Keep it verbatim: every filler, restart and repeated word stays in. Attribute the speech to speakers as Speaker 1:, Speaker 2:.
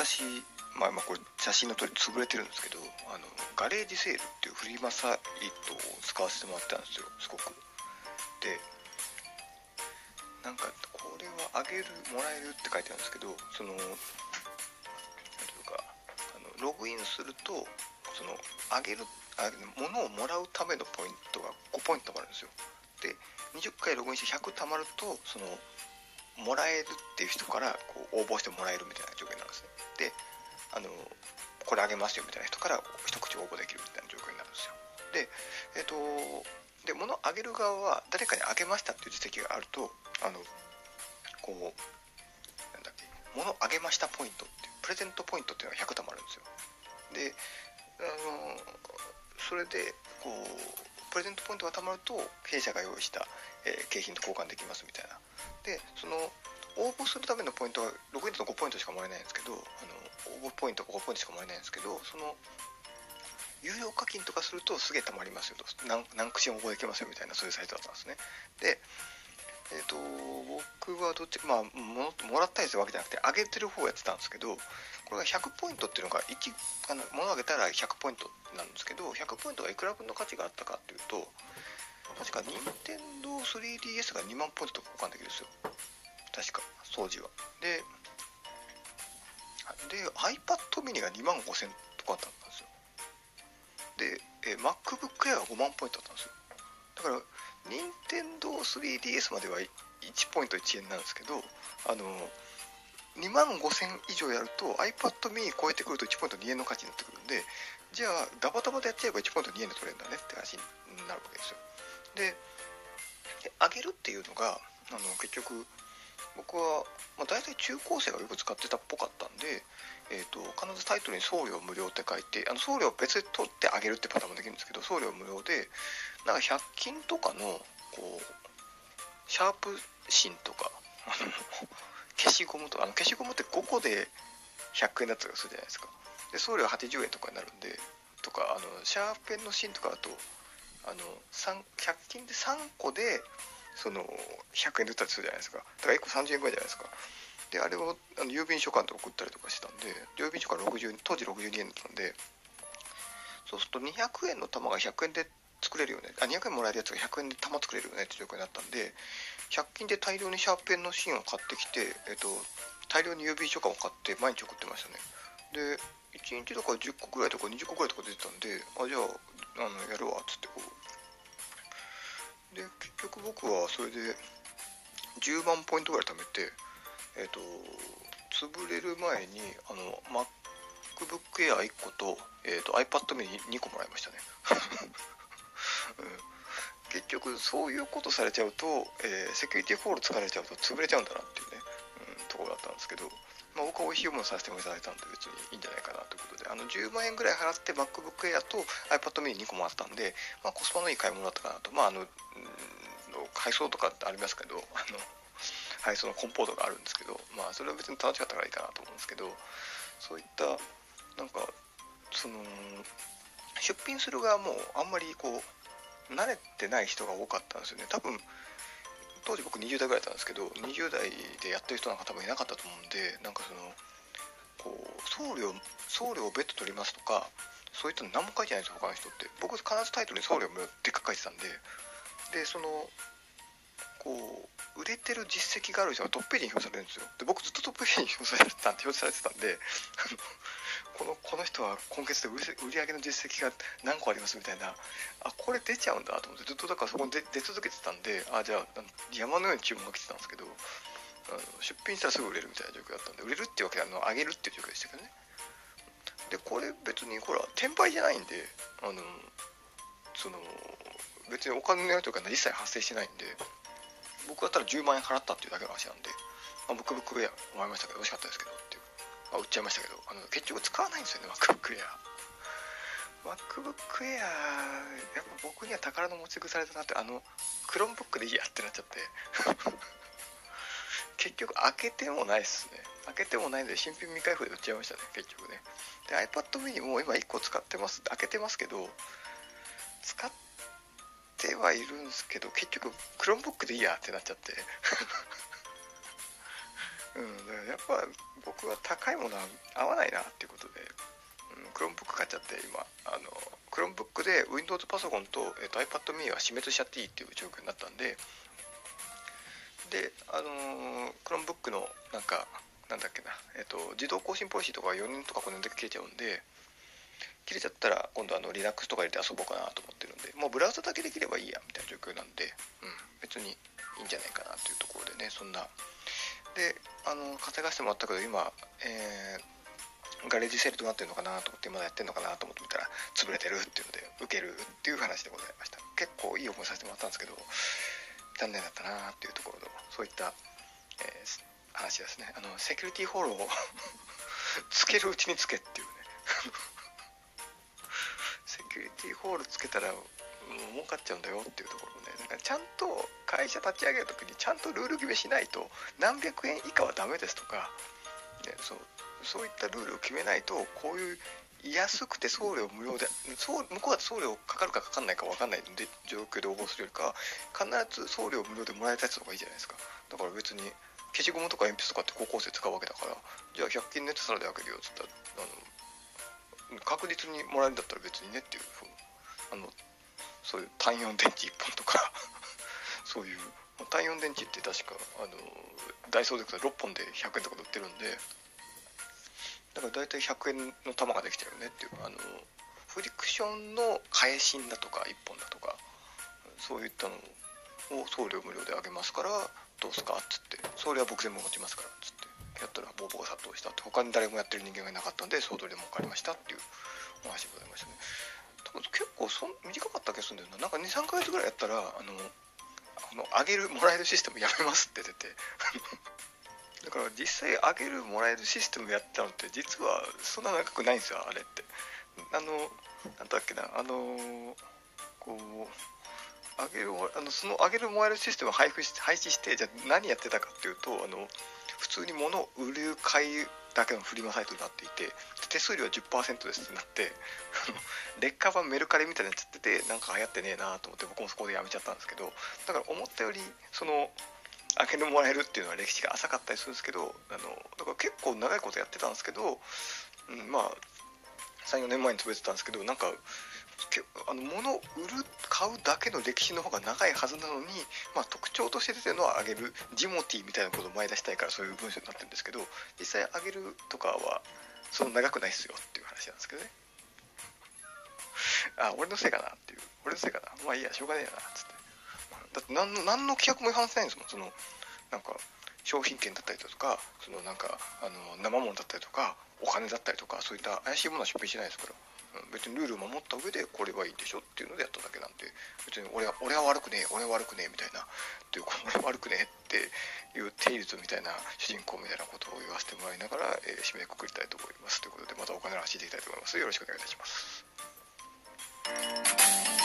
Speaker 1: 昔、まあ、まあこれ写真の通り潰れてるんですけど、あのガレージセールっていうフリマサイトを使わせてもらったんですよ、すごく。でなんかこれはあげるもらえるって書いてあるんですけど、そのなんていうか、あのログインするとそのあげるあ物をもらうためのポイントがごポイントもあるんですよ。でにじゅっかいログインしてひゃく貯まると、そのもらえるっていう人からこう応募してもらえるみたいな状況になるんですね。であのこれあげますよみたいな人から一口応募できるみたいな状況になるんですよ。でえっ、とで物あげる側は誰かにあげましたっていう実績があると、あのこうなんだっけ、物あげましたポイントっていうプレゼントポイントっていうのがひゃく貯まるんですよ。であのそれでこうプレゼントポイントが貯まると弊社が用意した、えー、景品と交換できますみたいな。でその応募するためのポイントはログインだとごポイントしかもらえないんですけど、あの応募ポイントがごポイントしかもらえないんですけど、その有料課金とかするとすげえ貯まりますよと、何, 何口応募できますよみたいな、そういうサイトだったんですね。でえーと僕はどっちまあ も, もらったりするわけじゃなくてあげてる方をやってたんですけど、これがひゃくポイントっていうのがいちあの物をあげたらひゃくポイントなんですけど、ひゃくポイントがいくら分の価値があったかっていうと、確か任天堂 スリーディーエス がにまんポイントとか交換できるんですよ、確か当時は。でで iPad mini がにまんごせんとかあったんですよ。でえ MacBook Air がごまんポイントだったんですよ。だから任天堂 スリーディーエス まではいちポイントいちえんなんですけど、あのにまんごせん以上やると iPad mini 超えてくるといちポイントにえんの価値になってくるんで、じゃあダバダバでやっちゃえばいちポイントにえんで取れるんだねって話になるわけですよ。で上げるっていうのがあの結局僕は、まあ、大体中高生がよく使ってたっぽかったんで、えーと、必ずタイトルに送料無料って書いて、あの送料別で取ってあげるってパターンもできるんですけど、送料無料でなんかひゃく均とかのこうシャープ芯とかあの消しゴムとか、あの消しゴムってごこでひゃくえんだったりするじゃないですか。で送料はちじゅうえんとかになるんで、とかあのシャーペンの芯とかだとあのひゃく均でさんこでそのひゃくえんで売ったりするじゃないですか。だからいっこさんじゅうえんぐらいじゃないですか。であれをあの郵便書館で送ったりとかしたんで、郵便書館ろくじゅう当時ろくじゅうにえんだったんで、そうするとにひゃくえんの玉がひゃくえんで作れるよね、あにひゃくえんもらえるやつがひゃくえんで玉作れるよねって状況になったんで、ひゃく均で大量にシャーペンの芯を買ってきて、えっと、大量に郵便書館を買って毎日送ってましたね。でいちにちとかじゅっこぐらいとかにじゅっこぐらいとか出てたんで、あじゃあ、あのやるわっつってこうで結局僕はそれでじゅうまんポイントぐらい貯めて、えっと潰れる前にあの MacBook Air いっこと、えー、と iPad mini にこもらいましたね、うん、結局そういうことされちゃうと、えー、セキュリティフォール疲れちゃうと潰れちゃうんだなっていうね、うん、ところだったんですけど、まあ、僕は美味しいものさせてもいただいたんで別にいいんじゃないかなということで、あのじゅうまんえんぐらい払って MacBook Air と iPad mini にこもらったんで、まあ、コスパのいい買い物だったかなと。まああの配送とかってありますけど、あの配送の梱包とかあるんですけど、まあそれは別に楽しかったからいいかなと思うんですけど、そういったなんかその出品する側もあんまりこう慣れてない人が多かったんですよね。多分当時僕にじゅう代ぐらいだったんですけど、にじゅう代でやってる人なんか多分いなかったと思うんで、なんかそのこう送料送料を別途取りますとかそういったの何も書いてないんですよ他の人って。僕必ずタイトルに送料無料って書いてたんで、でそのこう売れてる実績がある人がトップページに表示されるんですよ。で僕ずっとトップページに表示されてたんで表示されてたんでこのこの人は今月で売り上げの実績が何個ありますみたいな、あこれ出ちゃうんだと思ってずっとだからそこに 出, 出続けてたんで、あじゃあ山のように注文が来てたんですけど、あの出品したらすぐ売れるみたいな状況だったんで、売れるっていうわけであの上げるっていう状況でしたけどね。でこれ別にほら転売じゃないんで、あのその別にお金のやりとか一切発生してないんで、僕だったらじゅうまんえん払ったっていうだけの話なんで、まあ、MacBook Air 思いましたけど美味しかったですけどっていう、まあ、売っちゃいましたけど、あの結局使わないんですよね MacBook Air。 MacBook Air やっぱ僕には宝の持ち腐れだなって、あの Chromebook でいいやってなっちゃって結局開けてもないっすね。開けてもないので新品未開封で売っちゃいましたね結局ね。で iPad mini も今いっこ使ってます、開けてますけど使ってはいるんですけど結局 Chromebook でいいやってなっちゃってうんだからやっぱ僕は高いものは合わないなっていうことで、うん、Chromebook 買っちゃって今あの Chromebook で Windows パソコンと、えー、と iPad mini は死滅しちゃっていいっていう状況になったんで、であのー、Chromebook のなんかなんだっけな、えー、と自動更新ポリシーとかよねんとかごねんだけ切れちゃうんで、切れちゃったら今度あの Linux とか入れて遊ぼうかなと思ってるんで、もうブラウザだけできればいいやみたいな状況なんで、うん、別にいいんじゃないかなというところでね、そんなであの稼がしてもらったけど今、えー、ガレージセールとなってるのかなと思ってまだやってるのかなと思ってみたら潰れてるっていうので受けるっていう話でございました。結構いい思いさせてもらったんですけど残念だったなっていうところのそういった、えー、話ですね。あのセキュリティホールをつけるうちにつけっていうねセキュリティホールつけたらもう儲かっちゃうんだよっていうところね。だからちゃんと会社立ち上げるときにちゃんとルール決めしないと何百円以下はダメですとか、ね、そうそういったルールを決めないとこういう安くて送料無料で送向こうだと送料かかるかかかんないか分かんないので状況で応募するよりか必ず送料無料でもらえたやつとかいいじゃないですか。だから別に消しゴムとか鉛筆とかって高校生使うわけだから、じゃあひゃく均ネットサラで開けるよっつったらあの確実にもらえるんだったら別にねっていうふうにあのそういう単よん電池いっぽんとかそういう単よん電池って確かあのダイソーでろっぽんでひゃくえんとかで売ってるんで、だから大体ひゃくえんの玉ができてるよねっていう、あのフリクションの返しだとかいっぽんだとかそういったのを送料無料であげますからどうすかっつって、送料は僕全部持ちますからっつってやったらボーボーが殺到したって、他に誰もやってる人間がいなかったんで総取りで儲かりましたっていうお話でございましたね。多分結構そん短かった気がするんだよな。なんか にさんかげつぐらいやったらあのあの上げるもらえるシステムやめますって出てだから実際上げるもらえるシステムやったのって実はそんな長くないんですよあれって。あのなんだっけなあのこう上げるあのその上げるもらえるシステムを配布し配置してじゃあ何やってたかっていうと、あの普通に物を売る買いだけのフリマサイトになっていて手数料は じゅっパーセント ですってなって劣化版メルカリみたいになっちゃっててなんか流行ってねえなと思って僕もそこでやめちゃったんですけど、だから思ったよりその上げてもらえるっていうのは歴史が浅かったりするんですけど、あのだから結構長いことやってたんですけど、うん、まあ さんよねんまえに潰れてたんですけど、なんかあの物を売る買うだけの歴史の方が長いはずなのに、まあ、特徴として出てるのは上げるジモティーみたいなことを前出したいからそういう文章になってるんですけど、実際上げるとかはそんな長くないっすよっていう話なんですけどね。あ、俺のせいかなっていう、俺のせいかな、まあいいやしょうがねえやなっつって、だって何の何の規約も違反してないんですもん。そのなんか商品券だったりだとか、そのなんかあの生物だったりとかお金だったりとかそういった怪しいものは出品してないですから、別にルールを守った上でこれはいいでしょっていうのでやっただけなんで、別に俺は俺は悪くねえ俺は悪くねえみたいなっていう俺は悪くねえっていうテイルズみたいな主人公みたいなことを言わせてもらいながら、えー、締めくくりたいと思いますということで、またお金の話していきたいと思います。よろしくお願いいたします。